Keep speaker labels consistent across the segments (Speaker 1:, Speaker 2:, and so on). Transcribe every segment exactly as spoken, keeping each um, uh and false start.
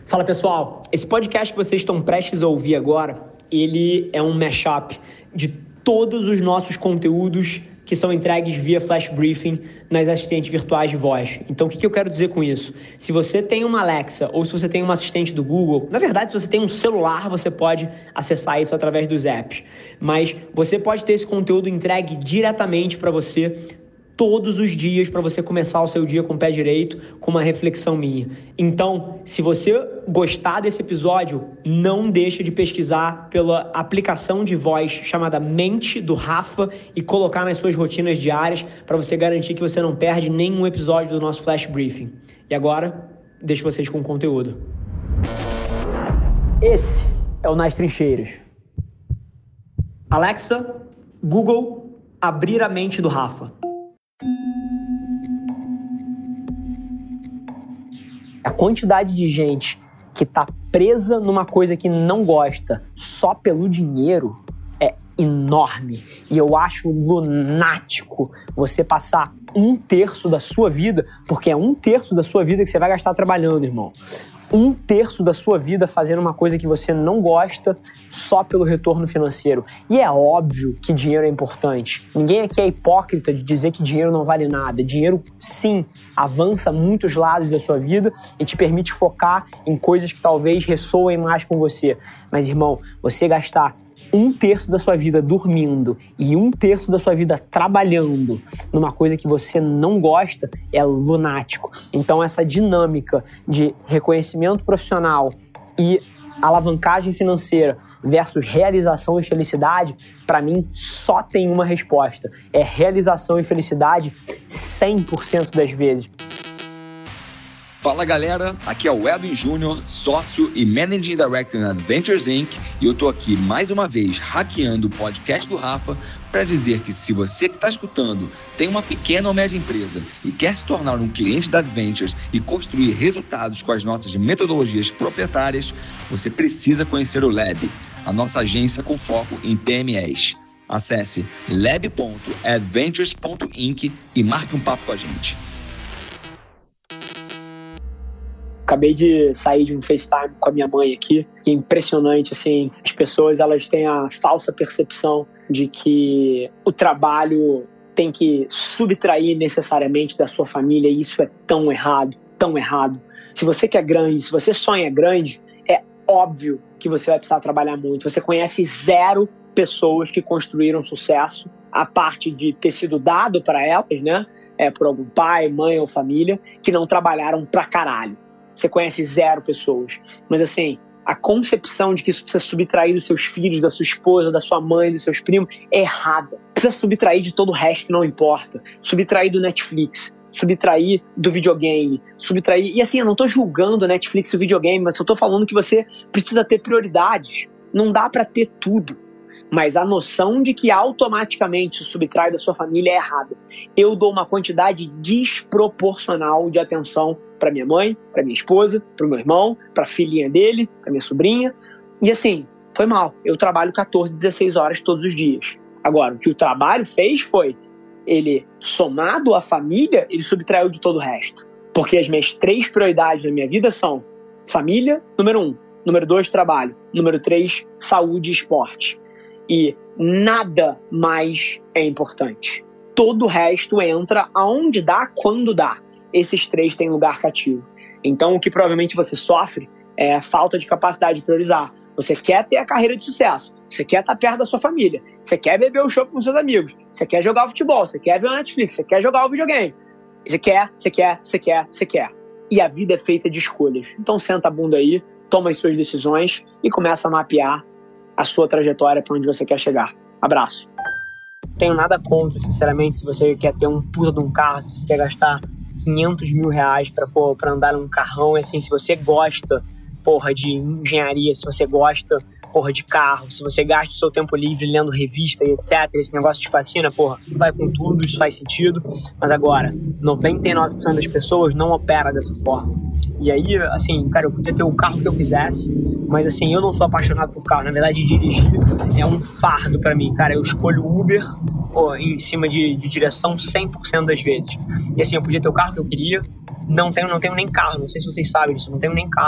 Speaker 1: Fala pessoal, esse podcast que vocês estão prestes a ouvir agora, ele é um mashup de todos os nossos conteúdos que são entregues via Flash Briefing nas assistentes virtuais de voz. Então o que eu quero dizer com isso? Se você tem uma Alexa ou se você tem uma assistente do Google, na verdade se você tem um celular você pode acessar isso através dos apps, mas você pode ter esse conteúdo entregue diretamente para você todos os dias para você começar o seu dia com o pé direito, com uma reflexão minha. Então, se você gostar desse episódio, não deixa de pesquisar pela aplicação de voz chamada Mente, do Rafa, e colocar nas suas rotinas diárias para você garantir que você não perde nenhum episódio do nosso Flash Briefing. E agora, deixo vocês com o conteúdo. Esse é o Nas Trincheiras. Alexa, Google, abrir a mente do Rafa. A quantidade de gente que tá presa numa coisa que não gosta só pelo dinheiro é enorme. E eu acho lunático você passar um terço da sua vida, porque é um terço da sua vida que você vai gastar trabalhando, irmão. Um terço da sua vida fazendo uma coisa que você não gosta só pelo retorno financeiro. E é óbvio que dinheiro é importante. Ninguém aqui é hipócrita de dizer que dinheiro não vale nada. Dinheiro, sim, avança muitos lados da sua vida e te permite focar em coisas que talvez ressoem mais com você. Mas, irmão, você gastar um terço da sua vida dormindo e um terço da sua vida trabalhando numa coisa que você não gosta é lunático. Então essa dinâmica de reconhecimento profissional e alavancagem financeira versus realização e felicidade, para mim só tem uma resposta: é realização e felicidade cem por cento das vezes.
Speaker 2: Fala galera, aqui é o Edwin Júnior, sócio e Managing Director na Adventures incorporated, e eu tô aqui mais uma vez hackeando o podcast do Rafa para dizer que se você que está escutando tem uma pequena ou média empresa e quer se tornar um cliente da Adventures e construir resultados com as nossas metodologias proprietárias, você precisa conhecer o Lab, a nossa agência com foco em P M Es. Acesse lab ponto adventures ponto inc e marque um papo com a gente.
Speaker 1: Acabei de sair de um FaceTime com a minha mãe aqui, que é impressionante, assim, as pessoas elas têm a falsa percepção de que o trabalho tem que subtrair necessariamente da sua família, e isso é tão errado, tão errado. Se você quer grande, se você sonha grande, é óbvio que você vai precisar trabalhar muito. Você conhece zero pessoas que construíram sucesso, a parte de ter sido dado para elas, né, é, por algum pai, mãe ou família, que não trabalharam pra caralho. Você conhece zero pessoas. Mas assim, a concepção de que isso precisa subtrair dos seus filhos, da sua esposa, da sua mãe, dos seus primos, é errada. Precisa subtrair de todo o resto, não importa. Subtrair do Netflix, subtrair do videogame, subtrair... E assim, eu não tô julgando o Netflix e o videogame, mas eu tô falando que você precisa ter prioridades. Não dá pra ter tudo. Mas a noção de que automaticamente isso subtrai da sua família é errada. Eu dou uma quantidade desproporcional de atenção para minha mãe, para minha esposa, para o meu irmão, para a filhinha dele, para minha sobrinha. E assim, foi mal. Eu trabalho catorze, dezesseis horas todos os dias. Agora, o que o trabalho fez foi, ele, somado à família, ele subtraiu de todo o resto. Porque as minhas três prioridades na minha vida são família, número um. Número dois, trabalho. Número três, saúde e esporte. E nada mais é importante. Todo o resto entra aonde dá, quando dá. Esses três têm lugar cativo. Então, o que provavelmente você sofre é a falta de capacidade de priorizar. Você quer ter a carreira de sucesso, você quer estar perto da sua família, você quer beber o chopp com seus amigos, você quer jogar o futebol, você quer ver o Netflix, você quer jogar o videogame. Você quer, você quer, você quer, você quer. E a vida é feita de escolhas. Então, senta a bunda aí, toma as suas decisões e começa a mapear a sua trajetória para onde você quer chegar. Abraço. Tenho nada contra, sinceramente, se você quer ter um puta de um carro, se você quer gastar quinhentos mil reais para andar num carrão, e assim, se você gosta, porra, de engenharia, se você gosta, porra, de carro, se você gasta o seu tempo livre lendo revista e etcétera, esse negócio te fascina, porra, vai com tudo, isso faz sentido. Mas agora, noventa e nove por cento das pessoas não opera dessa forma. E aí, assim, cara, eu podia ter o carro que eu quisesse, mas assim, eu não sou apaixonado por carro. Na verdade, dirigir é um fardo pra mim, cara. Eu escolho Uber pô, em cima de, de direção cem por cento das vezes. E assim, eu podia ter o carro que eu queria, não tenho, não tenho nem carro, não sei se vocês sabem disso, não tenho nem carro.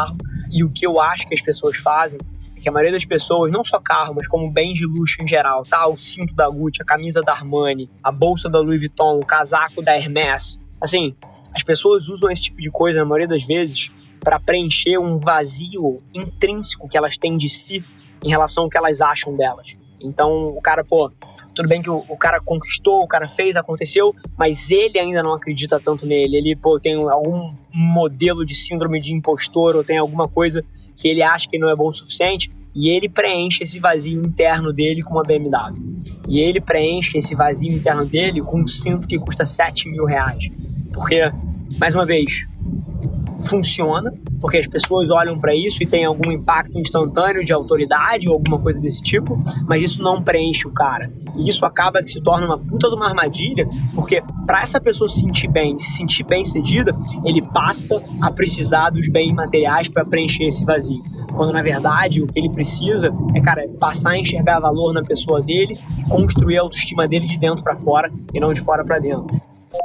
Speaker 1: E o que eu acho que as pessoas fazem é que a maioria das pessoas, não só carro, mas como bens de luxo em geral, tá? O cinto da Gucci, a camisa da Armani, a bolsa da Louis Vuitton, o casaco da Hermès. Assim, as pessoas usam esse tipo de coisa, na maioria das vezes, para preencher um vazio intrínseco que elas têm de si em relação ao que elas acham delas. Então, o cara, pô, tudo bem que o, o cara conquistou, o cara fez, aconteceu, mas ele ainda não acredita tanto nele. Ele, pô, tem algum modelo de síndrome de impostor ou tem alguma coisa que ele acha que não é bom o suficiente e ele preenche esse vazio interno dele com uma B M W. E ele preenche esse vazio interno dele com um cinto que custa sete mil reais. Porque, mais uma vez, funciona, porque as pessoas olham para isso e tem algum impacto instantâneo de autoridade ou alguma coisa desse tipo, mas isso não preenche o cara. E isso acaba que se torna uma puta de uma armadilha, porque para essa pessoa se sentir bem, se sentir bem cedida, ele passa a precisar dos bens materiais para preencher esse vazio. Quando, na verdade, o que ele precisa é, cara, passar a enxergar valor na pessoa dele e construir a autoestima dele de dentro para fora e não de fora para dentro.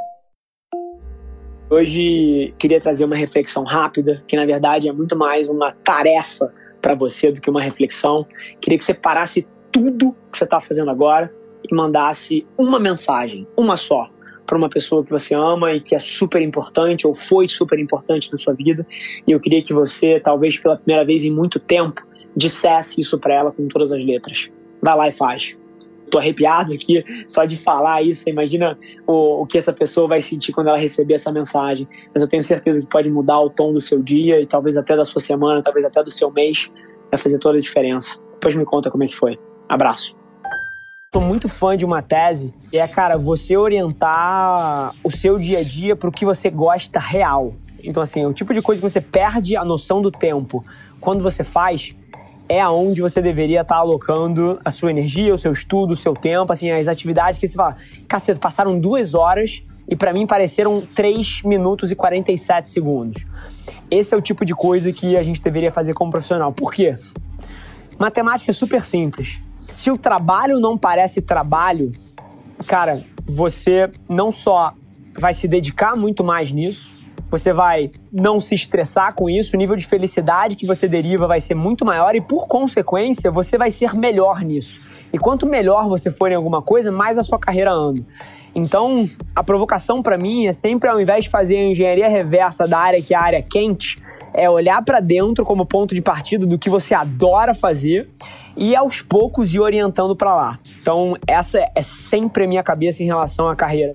Speaker 1: Hoje queria trazer uma reflexão rápida, que na verdade é muito mais uma tarefa para você do que uma reflexão. Queria que você parasse tudo que você está fazendo agora e mandasse uma mensagem, uma só, para uma pessoa que você ama e que é super importante ou foi super importante na sua vida. E eu queria que você, talvez pela primeira vez em muito tempo, dissesse isso para ela com todas as letras. Vai lá e faz. Tô arrepiado aqui só de falar isso. Você imagina o, o que essa pessoa vai sentir quando ela receber essa mensagem. Mas eu tenho certeza que pode mudar o tom do seu dia e talvez até da sua semana, talvez até do seu mês. Vai fazer toda a diferença. Depois me conta como é que foi. Abraço. Tô muito fã de uma tese que é, cara, você orientar o seu dia a dia pro que você gosta real. Então, assim, é o tipo de coisa que você perde a noção do tempo. Quando você faz, é aonde você deveria estar alocando a sua energia, o seu estudo, o seu tempo, assim, as atividades que você fala, caceta, passaram duas horas e pra mim pareceram três minutos e quarenta e sete segundos. Esse é o tipo de coisa que a gente deveria fazer como profissional. Por quê? Matemática é super simples. Se o trabalho não parece trabalho, cara, você não só vai se dedicar muito mais nisso, você vai não se estressar com isso, o nível de felicidade que você deriva vai ser muito maior e, por consequência, você vai ser melhor nisso. E quanto melhor você for em alguma coisa, mais a sua carreira anda. Então, a provocação para mim é sempre, ao invés de fazer a engenharia reversa da área que é a área quente, é olhar para dentro como ponto de partida do que você adora fazer e, aos poucos, ir orientando para lá. Então, essa é sempre a minha cabeça em relação à carreira.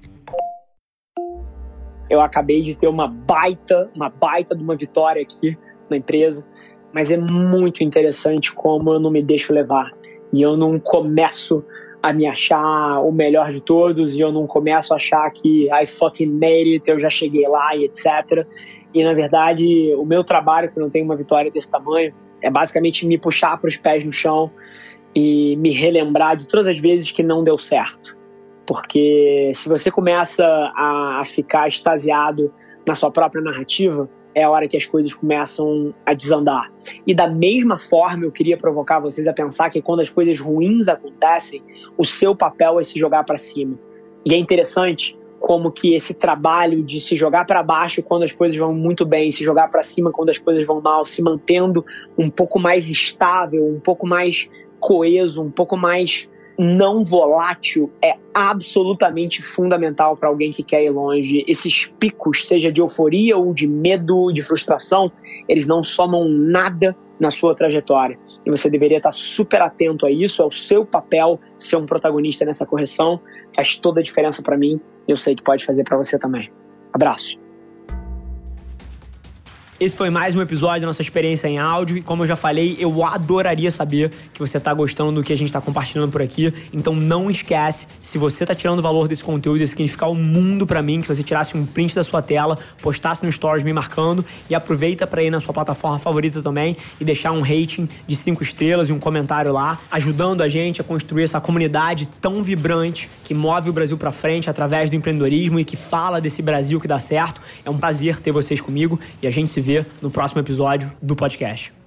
Speaker 1: Eu acabei de ter uma baita, uma baita de uma vitória aqui na empresa, mas é muito interessante como eu não me deixo levar. E eu não começo a me achar o melhor de todos, e eu não começo a achar que I fucking made it, eu já cheguei lá e etcétera. E, na verdade, o meu trabalho, quando eu tenho uma vitória desse tamanho, é basicamente me puxar para os pés no chão e me relembrar de todas as vezes que não deu certo. Porque se você começa a ficar extasiado na sua própria narrativa, é a hora que as coisas começam a desandar. E da mesma forma, eu queria provocar vocês a pensar que quando as coisas ruins acontecem, o seu papel é se jogar para cima. E é interessante como que esse trabalho de se jogar para baixo quando as coisas vão muito bem, se jogar para cima quando as coisas vão mal, se mantendo um pouco mais estável, um pouco mais coeso, um pouco mais não volátil, é absolutamente fundamental para alguém que quer ir longe. Esses picos, seja de euforia ou de medo, de frustração, eles não somam nada na sua trajetória. E você deveria estar super atento a isso, é o seu papel ser um protagonista nessa correção. Faz toda a diferença para mim e eu sei que pode fazer para você também. Abraço. Esse foi mais um episódio da nossa experiência em áudio e, como eu já falei, eu adoraria saber que você está gostando do que a gente está compartilhando por aqui. Então não esquece, se você está tirando valor desse conteúdo, ia significar o mundo para mim, que você tirasse um print da sua tela, postasse no Stories me marcando e aproveita para ir na sua plataforma favorita também e deixar um rating de cinco estrelas e um comentário lá, ajudando a gente a construir essa comunidade tão vibrante que move o Brasil para frente através do empreendedorismo e que fala desse Brasil que dá certo. É um prazer ter vocês comigo e a gente se vê no próximo episódio do podcast.